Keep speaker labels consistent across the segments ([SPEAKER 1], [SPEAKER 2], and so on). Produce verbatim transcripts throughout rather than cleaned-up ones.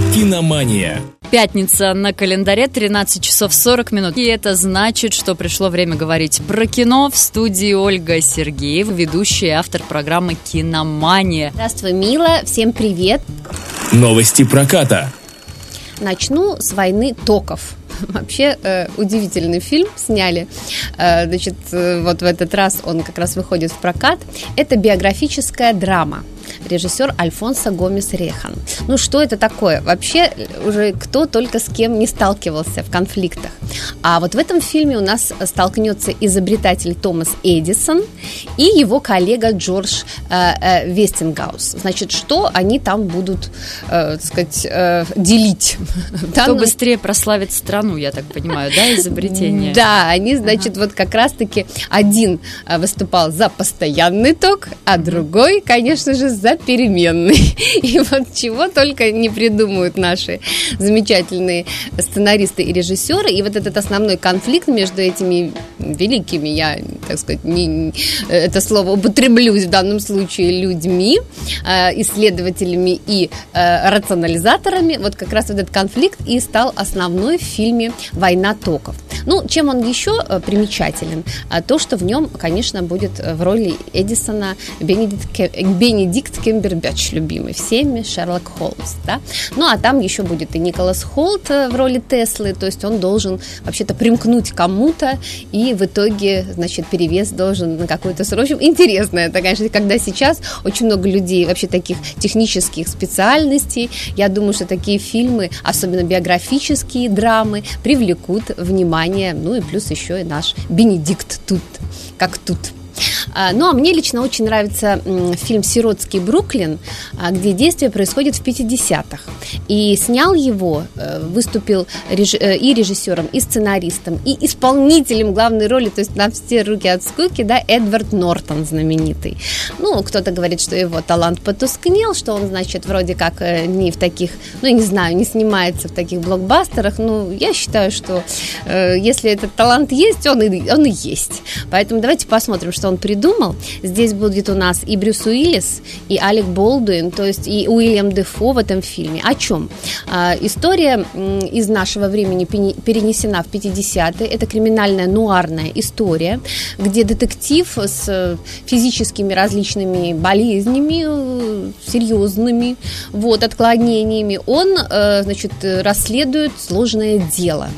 [SPEAKER 1] Киномания.
[SPEAKER 2] Пятница на календаре, тринадцать часов сорок минут. И это значит, что пришло время говорить про кино. В студии Ольга Сергеева, ведущая и автор программы «Киномания».
[SPEAKER 3] Здравствуй, Мила. Всем привет.
[SPEAKER 1] Новости проката.
[SPEAKER 3] Начну с «Войны токов». Вообще э, удивительный фильм сняли. Э, значит, э, вот в этот раз он как раз выходит в прокат. Это биографическая драма. Режиссер Альфонсо Гомес Рехан. Ну, что это такое? Вообще, уже кто только с кем не сталкивался в конфликтах. А вот в этом фильме у нас столкнется изобретатель Томас Эдисон и его коллега Джордж э, э, Вестингаус. Значит, что они там будут, э, так сказать, э, делить?
[SPEAKER 2] Кто быстрее прославит страну, я так понимаю, да, изобретение?
[SPEAKER 3] Да, они, значит, ага. вот как раз-таки один выступал за постоянный ток, а другой, конечно же, за переменный. И вот чего только не придумают наши замечательные сценаристы и режиссеры. И вот этот основной конфликт между этими великими, я, так сказать, не, это слово употреблюсь в данном случае, людьми, исследователями и рационализаторами, вот как раз вот этот конфликт и стал основной в фильме «Война токов». Ну, чем он еще примечателен? То, что в нем, конечно, будет в роли Эдисона Бенедикт, Бенедикт Камбербэтч, любимый всеми, Шерлок Холмс, да? Ну, а там еще будет и Николас Холт в роли Теслы, то есть он должен вообще-то примкнуть к кому-то, и в итоге, значит, перевес должен на какой-то срок. В общем, интересно это, конечно, когда сейчас очень много людей вообще таких технических специальностей, я думаю, что такие фильмы, особенно биографические драмы, привлекут внимание. Ну и плюс еще и наш Бенедикт тут, как тут. Ну, а мне лично очень нравится фильм «Сиротский Бруклин», где действие происходит в пятидесятых. И снял его, выступил и режиссером, и сценаристом, и исполнителем главной роли, то есть на все руки от скуки, да, Эдвард Нортон знаменитый. Ну, кто-то говорит, что его талант потускнел, что он, значит, вроде как не в таких, ну, я не знаю, не снимается в таких блокбастерах. Ну, я считаю, что э, если этот талант есть, он и, он и есть. Поэтому давайте посмотрим, что он придумал. Здесь будет у нас и Брюс Уиллис, и Алек Болдуин, то есть и Уильям Дефо в этом фильме. О чем? А, история м, из нашего времени перенесена в пятидесятые. Это криминальная нуарная история, где детектив с физическими различными болезнями, серьезными, вот, отклонениями, он, э, значит, расследует сложное дело.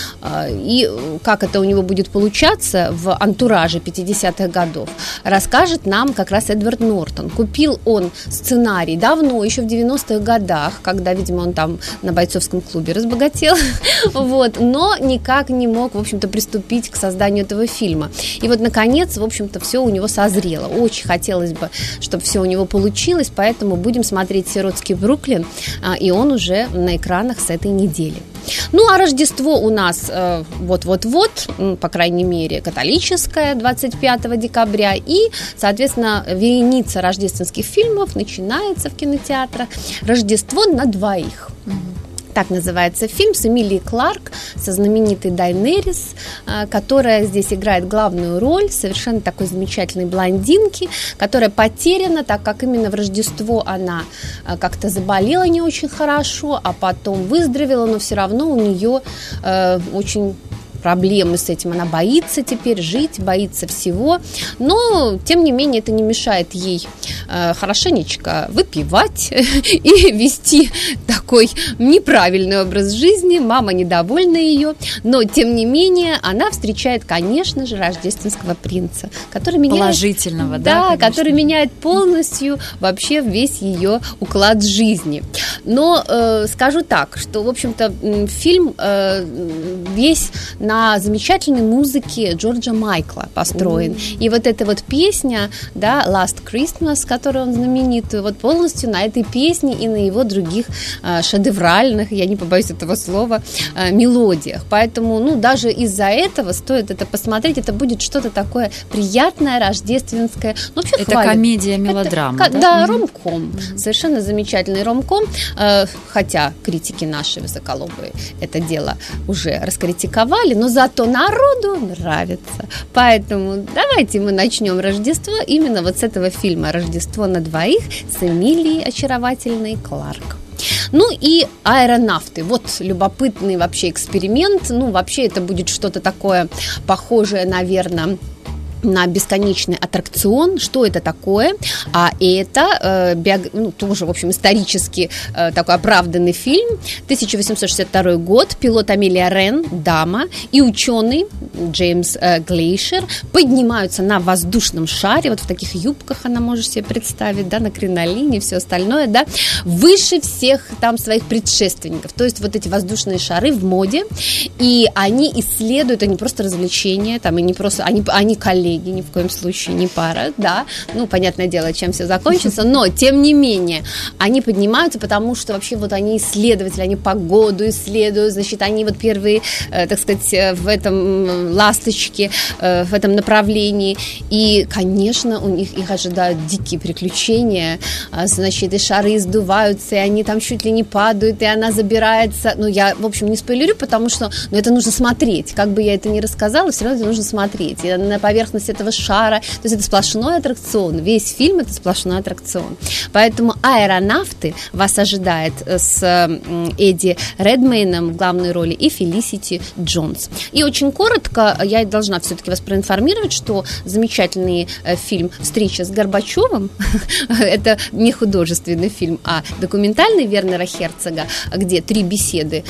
[SPEAKER 3] И как это у него будет получаться в антураже пятидесятых годов, расскажет нам как раз Эдвард Нортон. Купил он сценарий давно, еще в девяностых годах, когда, видимо, он там на бойцовском клубе разбогател, вот, но никак не мог, в общем-то, приступить к созданию этого фильма. И вот, наконец, в общем-то, все у него созрело. Очень хотелось бы, чтобы все у него получилось, поэтому будем смотреть «Сиротский Бруклин», и он уже на экранах с этой недели. Ну, а Рождество у нас э, вот-вот-вот, по крайней мере, католическое, двадцать пятого декабря, и, соответственно, вереница рождественских фильмов начинается в кинотеатрах. «Рождество на двоих». Так называется фильм с Эмилией Кларк, со знаменитой Дайнерис, которая здесь играет главную роль, совершенно такой замечательной блондинки, которая потеряна, так как именно в Рождество она как-то заболела не очень хорошо, а потом выздоровела, но все равно у нее э, очень... проблемы с этим. Она боится теперь жить, боится всего. Но, тем не менее, это не мешает ей э, хорошенечко выпивать и вести такой неправильный образ жизни. Мама недовольна ее. Но, тем не менее, она встречает, конечно же, рождественского принца, который меняет...
[SPEAKER 2] Положительного, да?
[SPEAKER 3] Да, который меняет полностью вообще весь ее уклад жизни. Но э, скажу так, что, в общем-то, фильм э, весь на на замечательной музыке Джорджа Майкла построен. Mm. И вот эта вот песня, да, Last Christmas, которую он знаменитую, вот полностью на этой песне и на его других э, шедевральных, я не побоюсь этого слова, э, мелодиях. Поэтому, ну, даже из-за этого стоит это посмотреть. Это будет что-то такое приятное, рождественское. Ну, вообще,
[SPEAKER 2] это
[SPEAKER 3] хвалит.
[SPEAKER 2] комедия-мелодрама,
[SPEAKER 3] это, да? Да, mm-hmm. ромком. Mm-hmm. Совершенно замечательный ромком. Э, хотя критики наши высоколобые это дело уже раскритиковали, но зато народу нравится. Поэтому давайте мы начнем Рождество именно вот с этого фильма «Рождество на двоих» с Эмилией очаровательной Кларк. Ну и аэронавты. Вот любопытный вообще эксперимент. Ну, вообще это будет что-то такое похожее, наверное, на бесконечный аттракцион. Что это такое? А это э, биог... ну, тоже, в общем, исторически э, такой оправданный фильм. тысяча восемьсот шестьдесят второй год. Пилот Амелия Рен, дама, и ученый Джеймс э, Глейшер поднимаются на воздушном шаре, вот в таких юбках она, может себе представить, да, на кринолине, все остальное, да, выше всех там своих предшественников. То есть вот эти воздушные шары в моде, и они исследуют, они просто развлечения, там, и не просто, они, они коллеги, ни в коем случае не пара, да, ну, понятное дело, чем все закончится, но, тем не менее, они поднимаются, потому что вообще вот они исследователи, они погоду исследуют, значит, они вот первые, э, так сказать, в этом ласточке, э, в этом направлении, и, конечно, у них их ожидают дикие приключения, э, значит, и шары издуваются, и они там чуть ли не падают, и она забирается, ну, я, в общем, не спойлерю, потому что, ну, это нужно смотреть, как бы я это ни рассказала, все равно это нужно смотреть, и на поверхности этого шара, то есть это сплошной аттракцион, весь фильм это сплошной аттракцион, поэтому «Аэронавты» вас ожидает с Эдди Редмейном в главной роли и Фелисити Джонс. И очень коротко я должна все-таки вас проинформировать, что замечательный фильм «Встреча с Горбачевым» это не художественный фильм, а документальный Вернера Херцога, где три беседы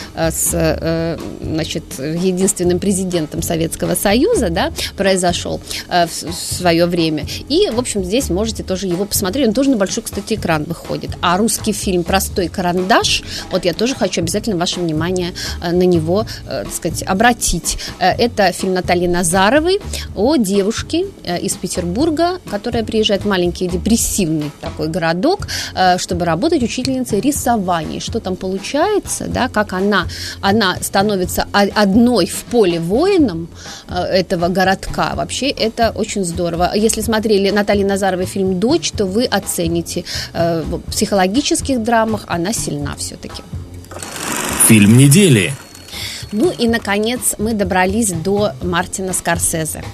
[SPEAKER 3] с, значит, единственным президентом Советского Союза, да, произошел в свое время. И, в общем, здесь можете тоже его посмотреть. Он тоже на большой, кстати, экран выходит. А русский фильм «Простой карандаш», вот я тоже хочу обязательно ваше внимание на него, так сказать, обратить. Это фильм Натальи Назаровой о девушке из Петербурга, которая приезжает в маленький депрессивный такой городок, чтобы работать учительницей рисования. Что там получается, да, как она, она становится одной в поле воином этого городка. Вообще это очень здорово. Если смотрели Натальи Назаровой фильм «Дочь», то вы оцените. Э, в психологических драмах она сильна все-таки.
[SPEAKER 1] Фильм недели.
[SPEAKER 3] Ну и, наконец, мы добрались до Мартина Скорсезе.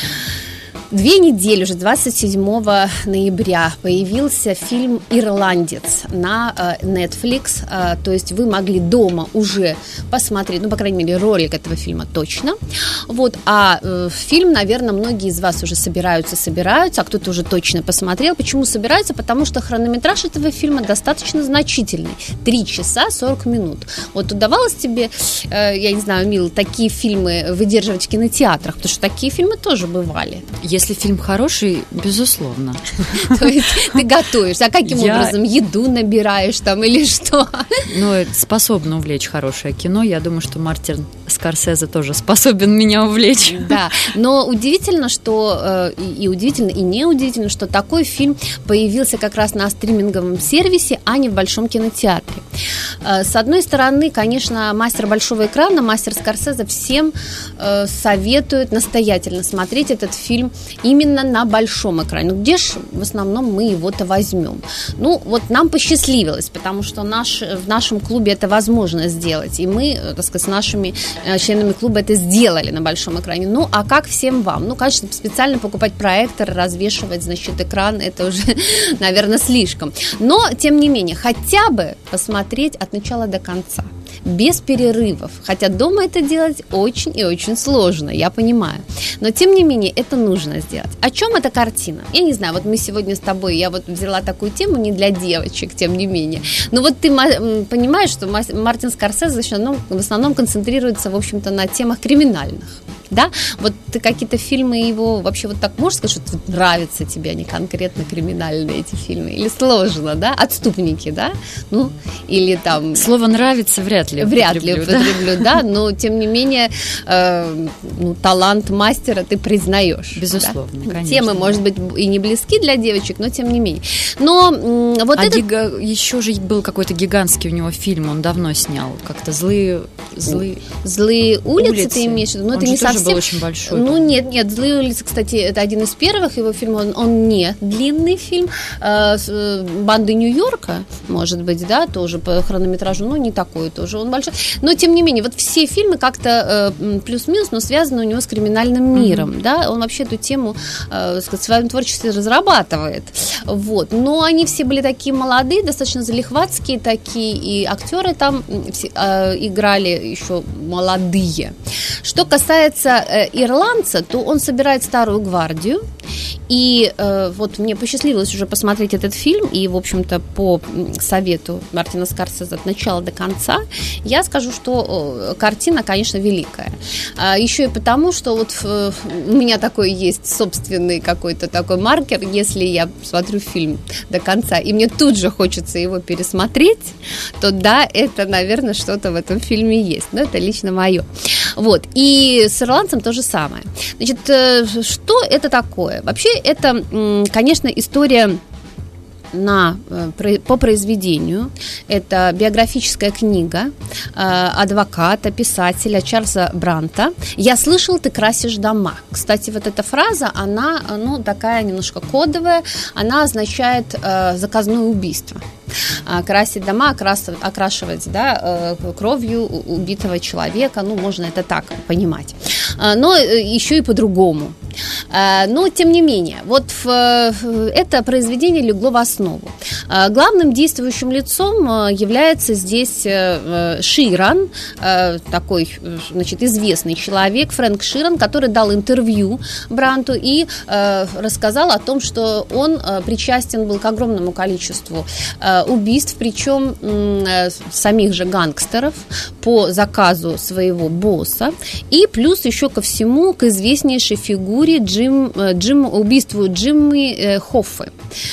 [SPEAKER 3] Две недели, уже двадцать седьмого ноября, появился фильм «Ирландец» на э, Netflix, э, то есть вы могли дома уже посмотреть, ну, по крайней мере, ролик этого фильма точно, вот, а э, фильм, наверное, многие из вас уже собираются, собираются, а кто-то уже точно посмотрел. Почему собираются? Потому что хронометраж этого фильма достаточно значительный, три часа сорок минут. Вот удавалось тебе, э, я не знаю, Мил, такие фильмы выдерживать в кинотеатрах, потому что такие фильмы тоже бывали.
[SPEAKER 2] Если фильм хороший, безусловно.
[SPEAKER 3] То есть ты готовишься, а каким
[SPEAKER 2] Я...
[SPEAKER 3] образом? Еду набираешь там или что?
[SPEAKER 2] Ну, это способно увлечь хорошее кино. Я думаю, что Мартин Скорсезе тоже способен меня увлечь.
[SPEAKER 3] Да, но удивительно, что и, и удивительно, и неудивительно, что такой фильм появился как раз на стриминговом сервисе, а не в большом кинотеатре. С одной стороны, конечно, мастер большого экрана, мастер Скорсезе всем советует настоятельно смотреть этот фильм именно на большом экране. Ну, где же в основном мы его-то возьмем? Ну, вот нам посчастливилось, потому что наш, в нашем клубе это возможно сделать, и мы, так сказать, с нашими членами клуба это сделали на большом экране. Ну, а как всем вам? Ну, конечно, специально покупать проектор, развешивать, значит, экран, это уже, наверное, слишком. Но, тем не менее, хотя бы посмотреть от начала до конца, без перерывов. Хотя дома это делать очень и очень сложно, я понимаю. Но, тем не менее, это нужно сделать. О чем эта картина? Я не знаю, вот мы сегодня с тобой, я вот взяла такую тему не для девочек, тем не менее. Но вот ты понимаешь, что Мартин Скорсезе в основном концентрируется, в общем-то, на темах криминальных. Да, вот ты какие-то фильмы его вообще вот так можешь сказать, что нравятся тебе они конкретно криминальные эти фильмы? Или сложно, да? «Отступники», да? Ну, или там...
[SPEAKER 2] Слово «нравится» вряд ли
[SPEAKER 3] Вряд ли употреблю, да? да, но тем не менее э, ну, талант мастера ты признаешь.
[SPEAKER 2] Безусловно, да? Конечно.
[SPEAKER 3] Темы, может быть, и не близки для девочек, но тем не менее. Но м, вот
[SPEAKER 2] а
[SPEAKER 3] это...
[SPEAKER 2] гига... еще же был какой-то гигантский у него фильм, он давно снял, как-то «Злые...» Злые,
[SPEAKER 3] Злые улицы,
[SPEAKER 2] улицы
[SPEAKER 3] ты имеешь в виду? Но
[SPEAKER 2] он
[SPEAKER 3] это не совсем
[SPEAKER 2] тоже был очень большой.
[SPEAKER 3] Ну, нет, нет, «Злые улицы», кстати, это один из первых его фильмов, он, он не длинный фильм. «Банды Нью-Йорка», может быть, да, тоже по хронометражу, но не такой тоже, он большой. Но, тем не менее, вот все фильмы как-то плюс-минус, но связаны у него с криминальным миром, mm-hmm. да, он вообще эту тему в своем творчестве разрабатывает. Вот. Но они все были такие молодые, достаточно залихватские такие, и актеры там все, э, играли еще молодые. Что касается э, ирландца, то он собирает старую гвардию, и э, вот мне посчастливилось уже посмотреть этот фильм, и, в общем-то, по совету Мартина Скорсезе от начала до конца, я скажу, что э, картина, конечно, великая. А еще и потому, что вот э, у меня такой есть собственный какой-то такой маркер, если я смотрю фильм до конца, и мне тут же хочется его пересмотреть, то да, это, наверное, что-то в этом фильме есть. Но это лично мое. Вот. И с ирландцем то же самое. Значит, что это такое? Вообще, это, конечно, история на, по произведению. Это биографическая книга э, адвоката, писателя Чарльза Бранта. «Я слышал, ты красишь дома». Кстати, вот эта фраза, она, ну, такая немножко кодовая, она означает э, заказное убийство. Красить дома, окрашивать, окрашивать, да, кровью убитого человека, ну, можно это так понимать. Но еще и по-другому. Но, тем не менее, вот это произведение легло в основу. Главным действующим лицом является здесь Ширан, такой, значит, известный человек, Фрэнк Ширан, который дал интервью Бранту и рассказал о том, что он причастен был к огромному количеству убийств, причем самих же гангстеров по заказу своего босса, и плюс еще ко всему к известнейшей фигуре Джим, Джим, убийству Джимми Хоффы.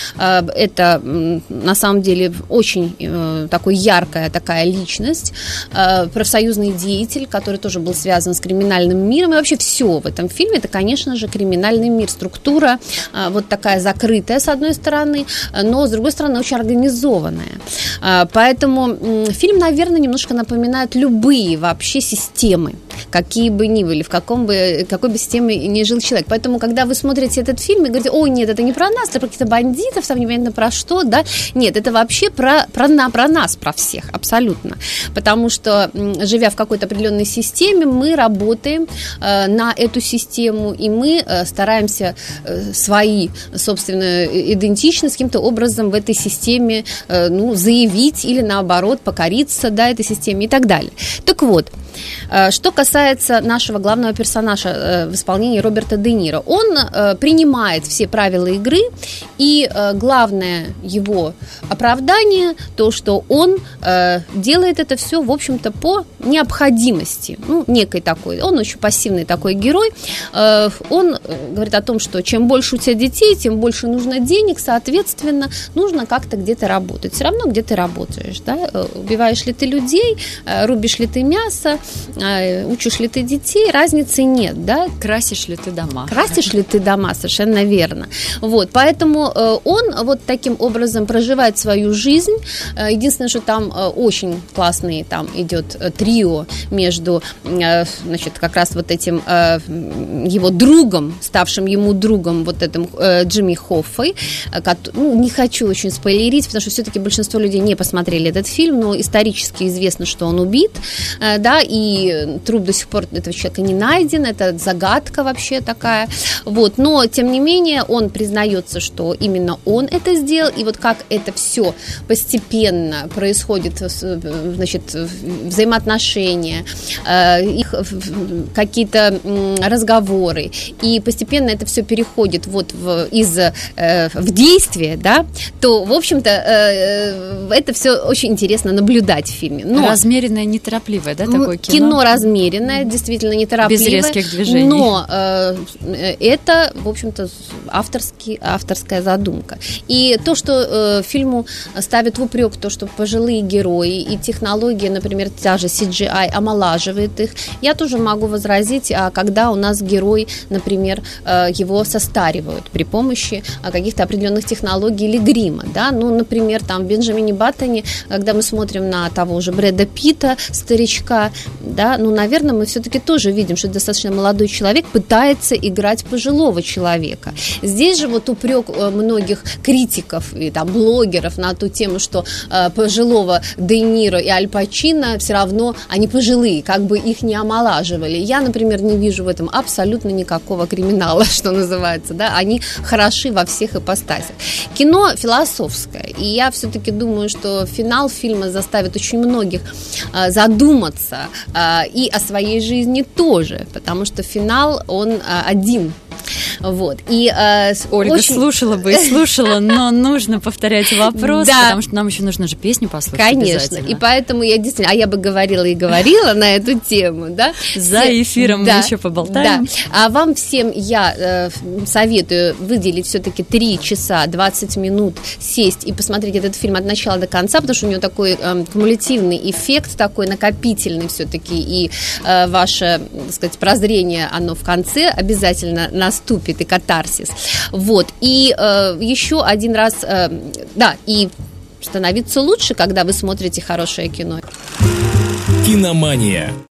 [SPEAKER 3] Это на самом деле очень такой яркая такая личность, профсоюзный деятель, который тоже был связан с криминальным миром, и вообще все в этом фильме, это, конечно же, криминальный мир, структура вот такая закрытая с одной стороны, но с другой стороны очень организованная. Поэтому фильм, наверное, немножко напоминает любые вообще системы, какие бы ни были, в каком бы, какой бы системе ни жил человек. Поэтому, когда вы смотрите этот фильм и говорите: ой, нет, это не про нас, это про каких-то бандитов, там непонятно про что, да, нет, это вообще про, про, на, про нас, про всех, абсолютно. Потому что, живя в какой-то определенной системе, мы работаем э, на эту систему, и мы э, стараемся э, свои, собственно, идентичность каким-то образом в этой системе э, ну, заявить или, наоборот, покориться, да, этой системе и так далее. Так вот, что касается нашего главного персонажа в исполнении Роберта Де Ниро, он принимает все правила игры, и главное его оправдание то, что он делает это все, в общем-то, по необходимости, ну, некой такой, он очень пассивный такой герой, он говорит о том, что чем больше у тебя детей, тем больше нужно денег, соответственно, нужно как-то где-то работать, все равно где ты работаешь, да, убиваешь ли ты людей, рубишь ли ты мясо, учишь ли ты детей, разницы нет, да?
[SPEAKER 2] Красишь ли ты дома.
[SPEAKER 3] Красишь ли ты дома, совершенно верно. Вот, поэтому он вот таким образом проживает свою жизнь. Единственное, что там очень классный там идет трио между, значит, как раз вот этим его другом, ставшим ему другом, вот этим Джимми Хоффой. Ну, не хочу очень спойлерить, потому что все-таки большинство людей не посмотрели этот фильм, но исторически известно, что он убит, да, и труп до сих пор этого человека не найден, это загадка вообще такая, вот, но, тем не менее, он признается, что именно он это сделал, и вот как это все постепенно происходит, значит, взаимоотношения, их какие-то разговоры, и постепенно это все переходит вот в, из, в действие, да, то, в общем-то, это все очень интересно наблюдать в фильме. Но,
[SPEAKER 2] размеренное, неторопливое, да, такое кино?
[SPEAKER 3] Кино размеренное, действительно неторопливое.
[SPEAKER 2] Без резких движений.
[SPEAKER 3] Но э, это, в общем-то, авторский, авторская задумка. И то, что э, фильму ставят в упрек, то, что пожилые герои и технология, например, та же си джи ай омолаживает их, я тоже могу возразить, а когда у нас герой, например, э, его состаривают при помощи каких-то определенных технологий или грима, да, ну, например, там в Бенджамине Баттоне, когда мы смотрим на того же Брэда Питта, старичка, да, ну, наверное, наверное, мы все-таки тоже видим, что достаточно молодой человек пытается играть пожилого человека. Здесь же вот упрек многих критиков и там блогеров на ту тему, что э, пожилого Де Ниро и Аль Пачино все равно они пожилые, как бы их не омолаживали. Я, например, не вижу в этом абсолютно никакого криминала, что называется, да, они хороши во всех ипостасях. Кино философское, и я все-таки думаю, что финал фильма заставит очень многих э, задуматься э, и о своей жизни тоже, потому что финал, он э, один. Вот. И, э,
[SPEAKER 2] Ольга
[SPEAKER 3] очень...
[SPEAKER 2] слушала бы и слушала, но нужно повторять вопрос,
[SPEAKER 3] да.
[SPEAKER 2] потому что нам еще нужно же песню послушать.
[SPEAKER 3] Конечно, и поэтому я действительно, а я бы говорила и говорила на эту тему, да.
[SPEAKER 2] За эфиром
[SPEAKER 3] да,
[SPEAKER 2] мы еще поболтаем.
[SPEAKER 3] Да. А вам всем я э, советую выделить все-таки три часа двадцать минут, сесть и посмотреть этот фильм от начала до конца, потому что у него такой э, кумулятивный эффект, такой накопительный все-таки, и э, ваше, так сказать, прозрение, оно в конце обязательно наступит, и катарсис. Вот. И э, еще один раз, э, да, и становиться лучше, когда вы смотрите хорошее кино.
[SPEAKER 1] Киномания.